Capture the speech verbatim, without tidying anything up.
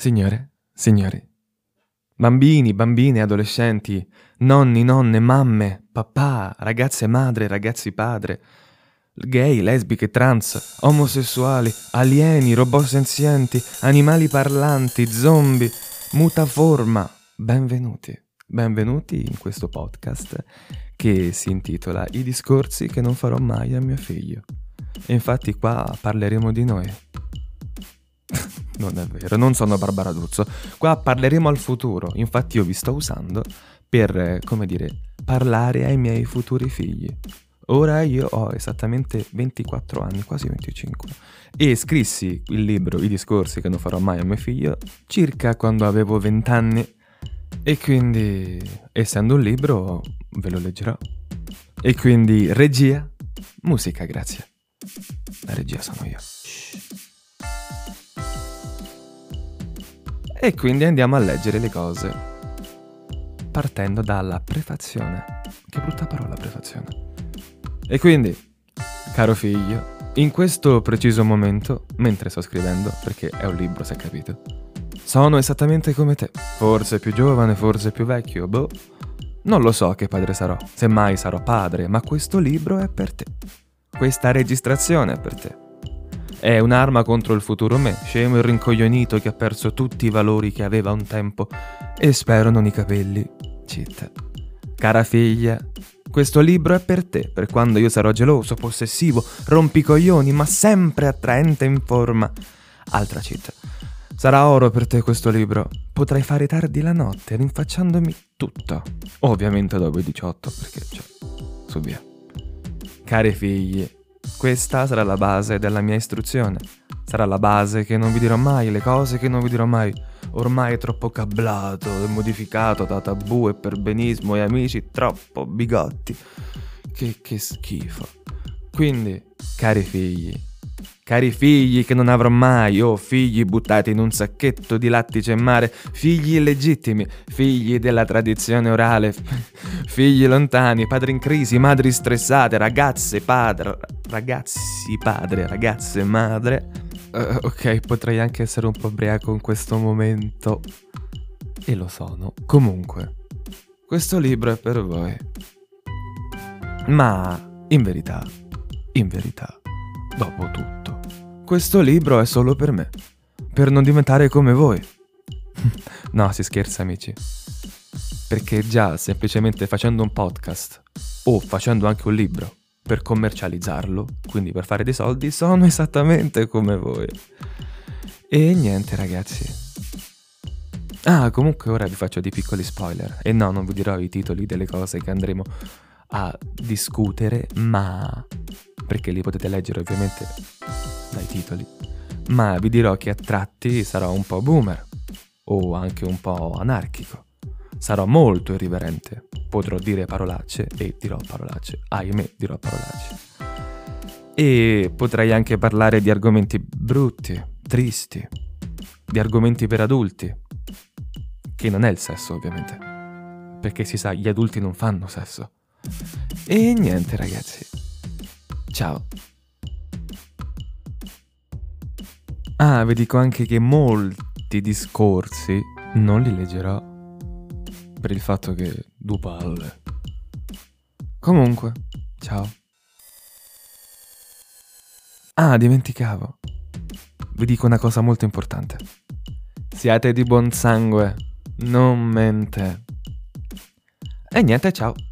Signore, signori, bambini, bambine, adolescenti, nonni, nonne, mamme, papà, ragazze madre, ragazzi padre, gay, lesbiche, trans, omosessuali, alieni, robot senzienti, animali parlanti, zombie, mutaforma. Benvenuti, benvenuti in questo podcast che si intitola I discorsi che non farò mai a mio figlio. E infatti qua parleremo di noi. Non è vero, non sono Barbara D'Urso. Qua parleremo al futuro. Infatti io vi sto usando per, come dire, parlare ai miei futuri figli. Ora io ho esattamente ventiquattro anni, quasi venticinque, e scrissi il libro I discorsi che non farò mai a mio figlio circa quando avevo venti anni. E quindi, essendo un libro, ve lo leggerò. E quindi, regia, musica, grazie. La regia sono io. E quindi andiamo a leggere le cose, partendo dalla prefazione. Che brutta parola, prefazione. E quindi, caro figlio, in questo preciso momento, mentre sto scrivendo, perché è un libro, si è capito, sono esattamente come te. Forse più giovane, forse più vecchio, boh. Non lo so che padre sarò, semmai sarò padre, ma questo libro è per te. Questa registrazione è per te. È un'arma contro il futuro me, scemo e rincoglionito che ha perso tutti i valori che aveva un tempo, e spero non i capelli. Citta. Cara figlia, questo libro è per te, per quando io sarò geloso, possessivo, rompicoglioni, ma sempre attraente in forma. Altra citta. Sarà oro per te questo libro. Potrai fare tardi la notte, rinfacciandomi tutto. Ovviamente dopo i diciotto, perché, cioè, su via. Cari figli, questa sarà la base della mia istruzione. Sarà la base che non vi dirò mai, le cose che non vi dirò mai. Ormai è troppo cablato e modificato da tabù e perbenismo e amici troppo bigotti. Che, che schifo. Quindi, cari figli, cari figli che non avrò mai, o oh, figli buttati in un sacchetto di lattice e mare, figli illegittimi, figli della tradizione orale, figli lontani, padri in crisi, madri stressate, ragazze padre, ragazzi padre, ragazze madre. Uh, ok, potrei anche essere un po' ubriaco in questo momento, e lo sono. Comunque, questo libro è per voi. Ma, in verità, in verità, dopo tutto, questo libro è solo per me, per non diventare come voi. No, si scherza, amici. Perché già semplicemente facendo un podcast o facendo anche un libro per commercializzarlo, quindi per fare dei soldi, sono esattamente come voi. E niente, ragazzi. Ah, comunque ora vi faccio dei piccoli spoiler. E no, non vi dirò i titoli delle cose che andremo a discutere, ma... perché li potete leggere ovviamente dai titoli. Ma vi dirò che a tratti sarò un po' boomer, o anche un po' anarchico. Sarò molto irriverente, potrò dire parolacce e dirò parolacce, ahimè dirò parolacce. E potrei anche parlare di argomenti brutti, tristi, di argomenti per adulti, che non è il sesso ovviamente, perché si sa, gli adulti non fanno sesso. E niente, ragazzi, ciao. Ah, vi dico anche che molti discorsi non li leggerò, per il fatto che due palle. Comunque, ciao. Ah, dimenticavo. Vi dico una cosa molto importante. Siate di buon sangue, non mente. E niente, ciao.